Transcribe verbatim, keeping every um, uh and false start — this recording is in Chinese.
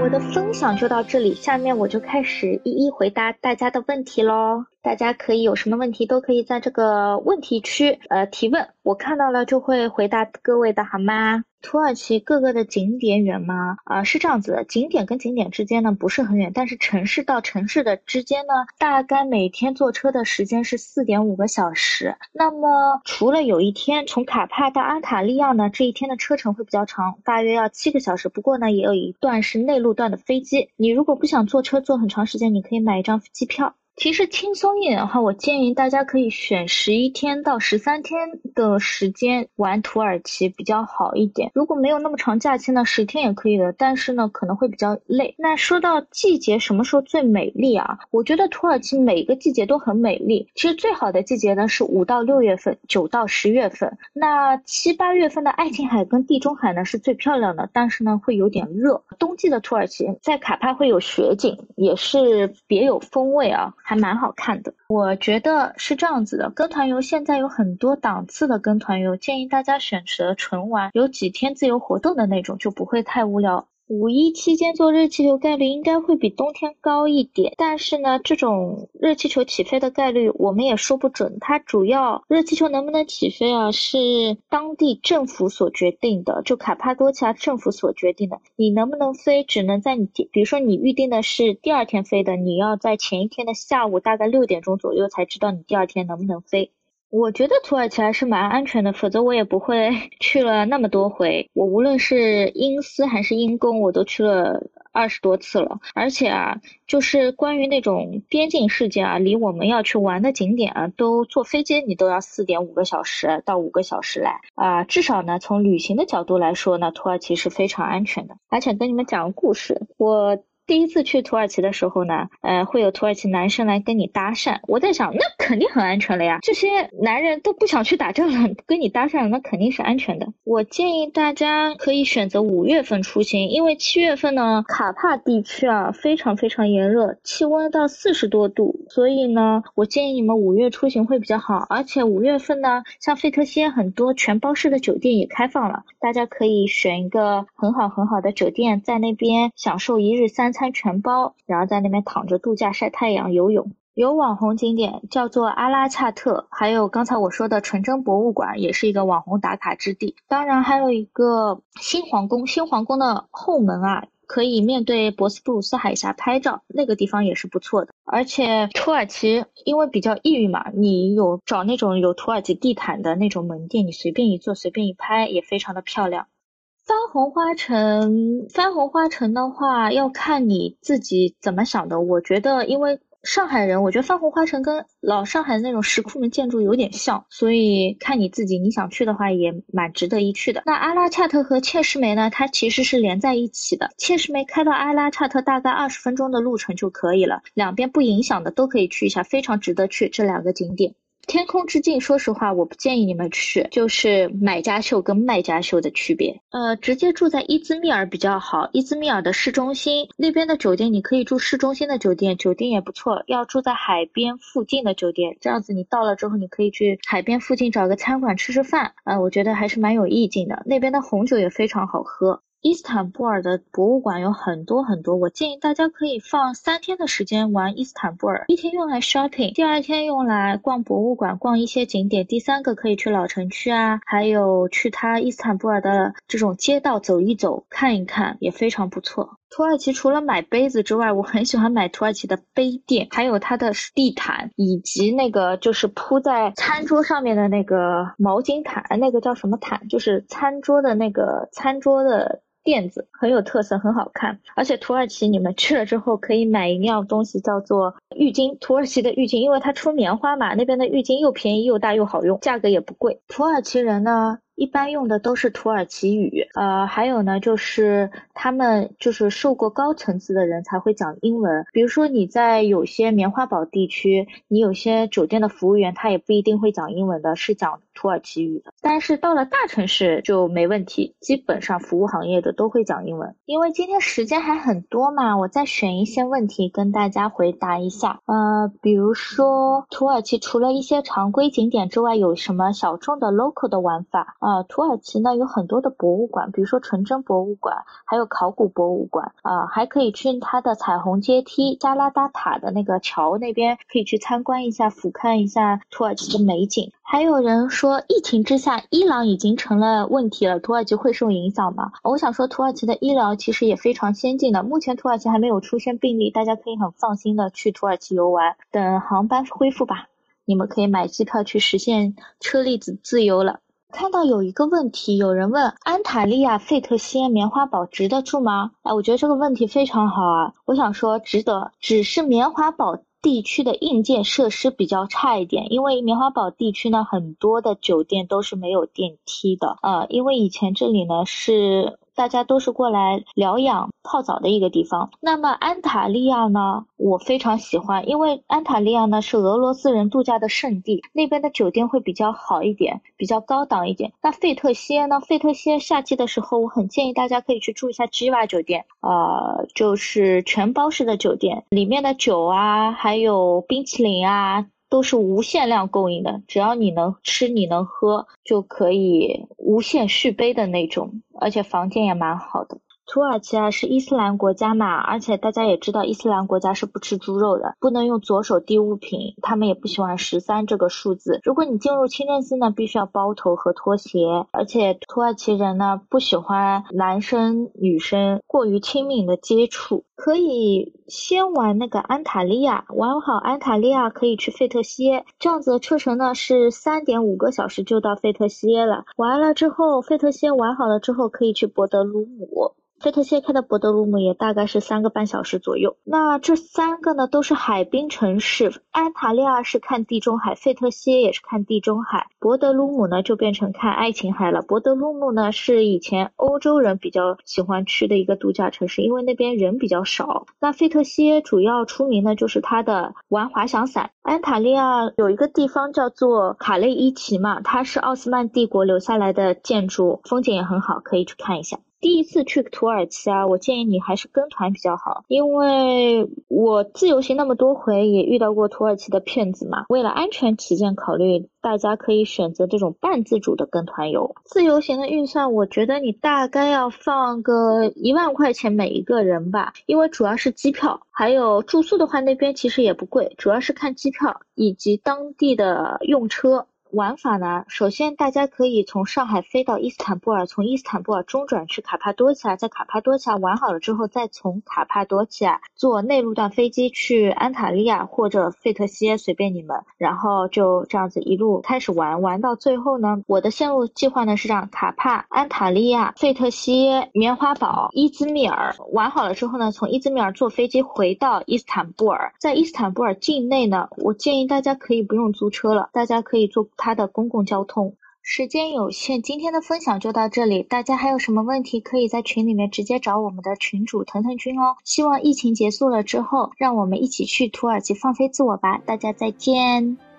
我的分享就到这里，下面我就开始一一回答大家的问题咯。大家可以有什么问题都可以在这个问题区呃提问，我看到了就会回答各位的好吗？土耳其各个的景点远吗？啊、呃，是这样子的，景点跟景点之间呢不是很远，但是城市到城市的之间呢，大概每天坐车的时间是 四点五个小时。那么除了有一天从卡帕到安塔利亚呢，这一天的车程会比较长，大约要七个小时。不过呢，也有一段是内陆段的飞机。你如果不想坐车坐很长时间，你可以买一张机票。其实轻松一点的话，我建议大家可以选十一天到十三天的时间玩土耳其比较好一点。如果没有那么长假期呢，十天也可以的，但是呢可能会比较累。那说到季节什么时候最美丽啊？我觉得土耳其每个季节都很美丽。其实最好的季节呢是五到六月份，九到十月份。那七八月份的爱琴海跟地中海呢是最漂亮的，但是呢会有点热。冬季的土耳其在卡帕会有雪景，也是别有风味啊。还蛮好看的。我觉得是这样子的，跟团游现在有很多档次的跟团游，建议大家选择纯玩，有几天自由活动的那种，就不会太无聊。五一期间坐热气球概率应该会比冬天高一点，但是呢这种热气球起飞的概率我们也说不准，它主要热气球能不能起飞啊是当地政府所决定的，就卡帕多奇亚政府所决定的。你能不能飞只能在你比如说你预定的是第二天飞的，你要在前一天的下午大概六点钟左右才知道你第二天能不能飞。我觉得土耳其还是蛮安全的，否则我也不会去了那么多回。我无论是英斯还是英公，我都去了二十多次了。而且啊，就是关于那种边境事件啊，离我们要去玩的景点啊，都坐飞机你都要四点五个小时到五个小时来啊、呃。至少呢，从旅行的角度来说呢，土耳其是非常安全的。而且跟你们讲个故事，我第一次去土耳其的时候呢，呃，会有土耳其男生来跟你搭讪。我在想，那肯定很安全了呀，这些男人都不想去打仗了，跟你搭讪，那肯定是安全的。我建议大家可以选择五月份出行，因为七月份呢，卡帕地区啊非常非常炎热，气温到四十多度，所以呢，我建议你们五月出行会比较好。而且五月份呢，像费特西很多全包式的酒店也开放了，大家可以选一个很好很好的酒店，在那边享受一日三餐全包，然后在那边躺着度假晒太阳游泳。有网红景点叫做阿拉恰特，还有刚才我说的纯真博物馆也是一个网红打卡之地。当然还有一个新皇宫，新皇宫的后门啊可以面对博斯布鲁斯海峡拍照，那个地方也是不错的。而且土耳其因为比较异域嘛，你有找那种有土耳其地毯的那种门店，你随便一坐随便一拍也非常的漂亮。番红花城，番红花城的话要看你自己怎么想的。我觉得因为上海人，我觉得番红花城跟老上海的那种石库门建筑有点像，所以看你自己，你想去的话也蛮值得一去的。那阿拉恰特和切什梅呢，它其实是连在一起的，切什梅开到阿拉恰特大概二十分钟的路程就可以了，两边不影响的都可以去一下，非常值得去这两个景点。天空之镜说实话我不建议你们去，就是买家秀跟卖家秀的区别。呃，直接住在伊兹密尔比较好，伊兹密尔的市中心那边的酒店你可以住市中心的酒店，酒店也不错，要住在海边附近的酒店，这样子你到了之后你可以去海边附近找个餐馆吃吃饭，呃，我觉得还是蛮有意境的，那边的红酒也非常好喝。伊斯坦布尔的博物馆有很多很多，我建议大家可以放三天的时间玩伊斯坦布尔，一天用来 shopping， 第二天用来逛博物馆，逛一些景点，第三个可以去老城区啊，还有去它伊斯坦布尔的这种街道走一走看一看，也非常不错。土耳其除了买杯子之外，我很喜欢买土耳其的杯垫，还有它的地毯，以及那个就是铺在餐桌上面的那个毛巾毯，那个叫什么毯，就是餐桌的那个餐桌的垫子，很有特色，很好看。而且土耳其你们去了之后可以买一样东西叫做浴巾，土耳其的浴巾，因为它出棉花嘛，那边的浴巾又便宜又大又好用，价格也不贵。土耳其人呢一般用的都是土耳其语，呃，还有呢就是他们就是受过高层次的人才会讲英文，比如说你在有些棉花堡地区，你有些酒店的服务员他也不一定会讲英文的，是讲土耳其语的。但是到了大城市就没问题，基本上服务行业的都会讲英文。因为今天时间还很多嘛，我再选一些问题跟大家回答一下。呃，比如说土耳其除了一些常规景点之外，有什么小众的 local 的玩法？呃，土耳其呢有很多的博物馆，比如说纯真博物馆，还有考古博物馆啊、呃，还可以去它的彩虹阶梯加拉达塔的那个桥那边，可以去参观一下，俯瞰一下土耳其的美景。还有人说疫情之下伊朗已经成了问题了，土耳其会受影响吗？我想说土耳其的医疗其实也非常先进的，目前土耳其还没有出现病例，大家可以很放心的去土耳其游玩。等航班恢复吧，你们可以买机票去实现车厘子自由了。看到有一个问题，有人问安塔利亚费特西耶棉花堡值得住吗？哎，我觉得这个问题非常好啊。我想说值得，只是棉花堡地区的硬件设施比较差一点，因为棉花堡地区呢，很多的酒店都是没有电梯的。呃，因为以前这里呢是大家都是过来疗养泡澡的一个地方。那么安塔利亚呢，我非常喜欢，因为安塔利亚呢是俄罗斯人度假的圣地，那边的酒店会比较好一点，比较高档一点。那费特西耶呢，费特西耶夏季的时候，我很建议大家可以去住一下 Giva 酒店，呃，就是全包式的酒店，里面的酒啊，还有冰淇淋啊，都是无限量供应的，只要你能吃你能喝就可以无限续杯的那种，而且房间也蛮好的。土耳其啊是伊斯兰国家嘛，而且大家也知道伊斯兰国家是不吃猪肉的，不能用左手递物品，他们也不喜欢十三这个数字。如果你进入清真寺呢，必须要包头和拖鞋，而且土耳其人呢不喜欢男生女生过于亲密的接触。可以先玩那个安塔利亚，玩好安塔利亚可以去费特西耶，这样子的车程呢是 三点五个小时就到费特西耶了。完了之后费特西耶玩好了之后可以去博德鲁姆，费特西耶开的博德鲁姆也大概是三个半小时左右。那这三个呢都是海滨城市，安塔利亚是看地中海，费特西耶也是看地中海，博德鲁姆呢就变成看爱琴海了。博德鲁姆呢是以前欧洲人比较喜欢去的一个度假城市，因为那边人比较少。那费特西耶主要出名的就是它的玩滑翔伞。安塔利亚有一个地方叫做卡累伊奇嘛，它是奥斯曼帝国留下来的建筑，风景也很好，可以去看一下。第一次去土耳其啊，我建议你还是跟团比较好，因为我自由行那么多回也遇到过土耳其的骗子嘛。为了安全起见考虑，大家可以选择这种半自主的跟团游。自由行的预算，我觉得你大概要放个一万块钱每一个人吧，因为主要是机票，还有住宿的话那边其实也不贵，主要是看机票以及当地的用车。玩法呢，首先大家可以从上海飞到伊斯坦布尔，从伊斯坦布尔中转去卡帕多奇亚，在卡帕多奇亚玩好了之后，再从卡帕多奇亚坐内陆段飞机去安塔利亚或者费特西耶，随便你们，然后就这样子一路开始玩，玩到最后呢，我的线路计划呢是这样：卡帕、安塔利亚、费特西耶、棉花堡、伊兹密尔，玩好了之后呢，从伊兹密尔坐飞机回到伊斯坦布尔。在伊斯坦布尔境内呢，我建议大家可以不用租车了，大家可以坐它的公共交通。时间有限，今天的分享就到这里，大家还有什么问题可以在群里面直接找我们的群主腾腾君哦。希望疫情结束了之后，让我们一起去土耳其放飞自我吧，大家再见。